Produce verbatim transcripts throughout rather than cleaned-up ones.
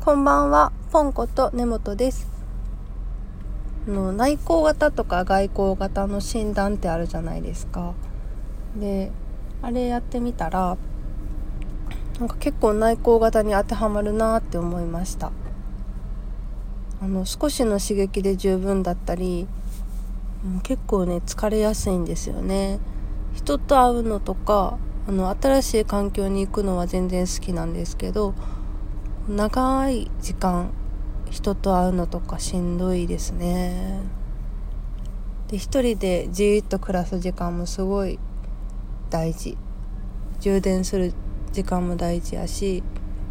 こんばんは、ポンこと根本です。あの内向型とか外向型の診断ってあるじゃないですか。で、あれやってみたらなんか結構内向型に当てはまるなって思いました。あの少しの刺激で十分だったり、結構ね疲れやすいんですよね。人と会うのとかあの新しい環境に行くのは全然好きなんですけど、長い時間人と会うのとかしんどいですね。で、一人でじーっと暮らす時間もすごい大事、充電する時間も大事やし、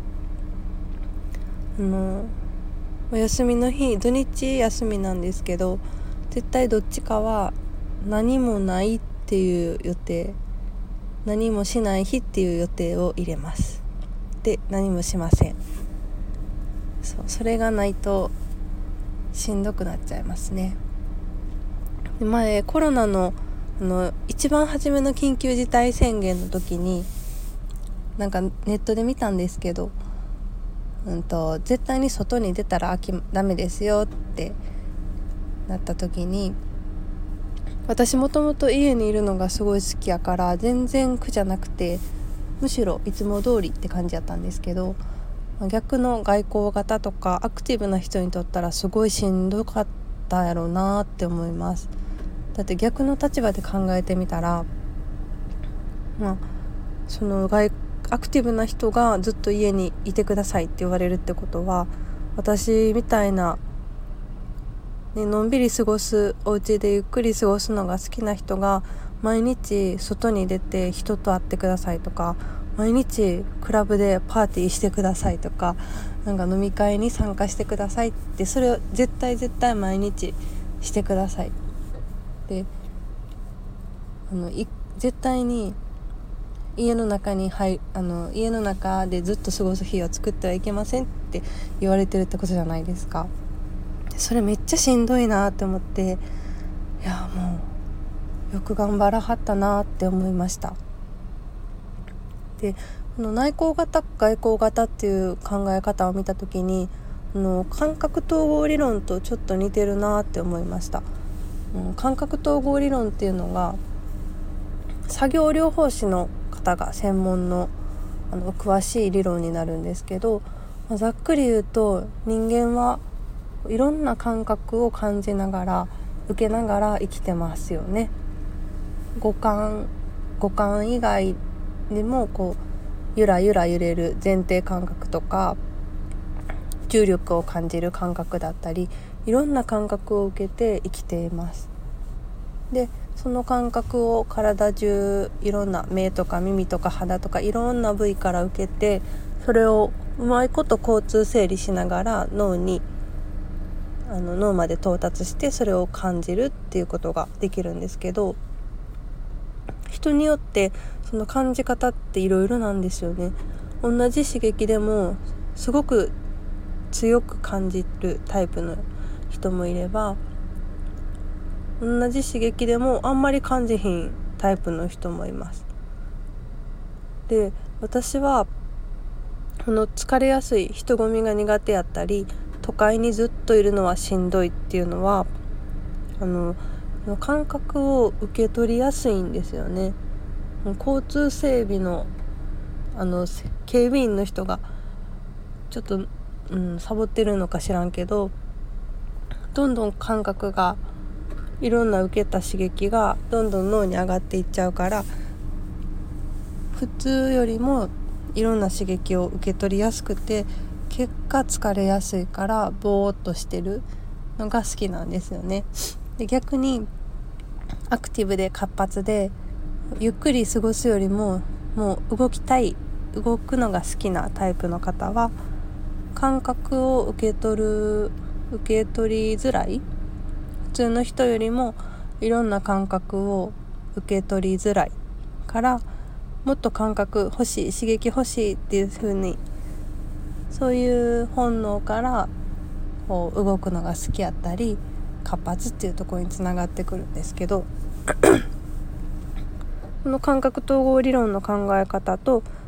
あのお休みの日、土日休みなんですけど、絶対どっちかは何もないっていう予定、何もしない日っていう予定を入れます。で、何もしません。そう、それがないとしんどくなっちゃいますね。で、前コロナのあの一番初めの緊急事態宣言の時になんかネットで見たんですけど、うんと絶対に外に出たらダメですよってなった時に、私もともと家にいるのがすごい好きやから全然苦じゃなくて、むしろいつも通りって感じやったんですけど、逆の外向型とかアクティブな人にとったらすごいしんどかったやろうなって思います。だって逆の立場で考えてみたら、まあその外アクティブな人がずっと家にいてくださいって言われるってことは、私みたいな、ね、のんびり過ごす、お家でゆっくり過ごすのが好きな人が毎日外に出て人と会ってくださいとか、毎日クラブでパーティーしてくださいとか、なんか飲み会に参加してくださいって、それを絶対絶対毎日してくださいで、あのい絶対に家の中に入あの家の中でずっと過ごす日を作ってはいけませんって言われてるってことじゃないですか。それめっちゃしんどいなって思って、いやもうよく頑張らはったなって思いました。で、この内向型外向型っていう考え方を見た時に、あの感覚統合理論とちょっと似てるなって思いました。うん、感覚統合理論っていうのが作業療法士の方が専門の、あの詳しい理論になるんですけど、まあ、ざっくり言うと人間はいろんな感覚を感じながら受けながら生きてますよね。五感五感以外でもこうゆらゆら揺れる前提感覚とか重力を感じる感覚だったり、いろんな感覚を受けて生きています。で、その感覚を体中いろんな目とか耳とか肌とかいろんな部位から受けて、それをうまいこと交通整理しながら脳にあの脳まで到達してそれを感じるっていうことができるんですけど、人によってその感じ方っていろいろなんですよね。同じ刺激でもすごく強く感じるタイプの人もいれば、同じ刺激でもあんまり感じひんタイプの人もいます。で、私はこの疲れやすい、人混みが苦手やったり都会にずっといるのはしんどいっていうのは、あの感覚を受け取りやすいんですよね。交通整備のあの警備員の人がちょっと、うん、サボってるのか知らんけど、どんどん感覚がいろんな受けた刺激がどんどん脳に上がっていっちゃうから、普通よりもいろんな刺激を受け取りやすくて、結果疲れやすいからぼーっとしてるのが好きなんですよね。で、逆にアクティブで活発でゆっくり過ごすよりももう動きたい、動くのが好きなタイプの方は感覚を受け取る受け取りづらい、普通の人よりもいろんな感覚を受け取りづらいから、もっと感覚欲しい、刺激欲しいっていう風に、そういう本能からこう動くのが好きやったり活発っていうところにつながってくるんですけどこの感覚統合理論の考え方と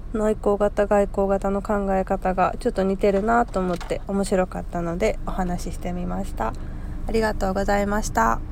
内向型外向型の考え方がちょっと似てるなと思って面白かったのでお話ししてみました。ありがとうございました。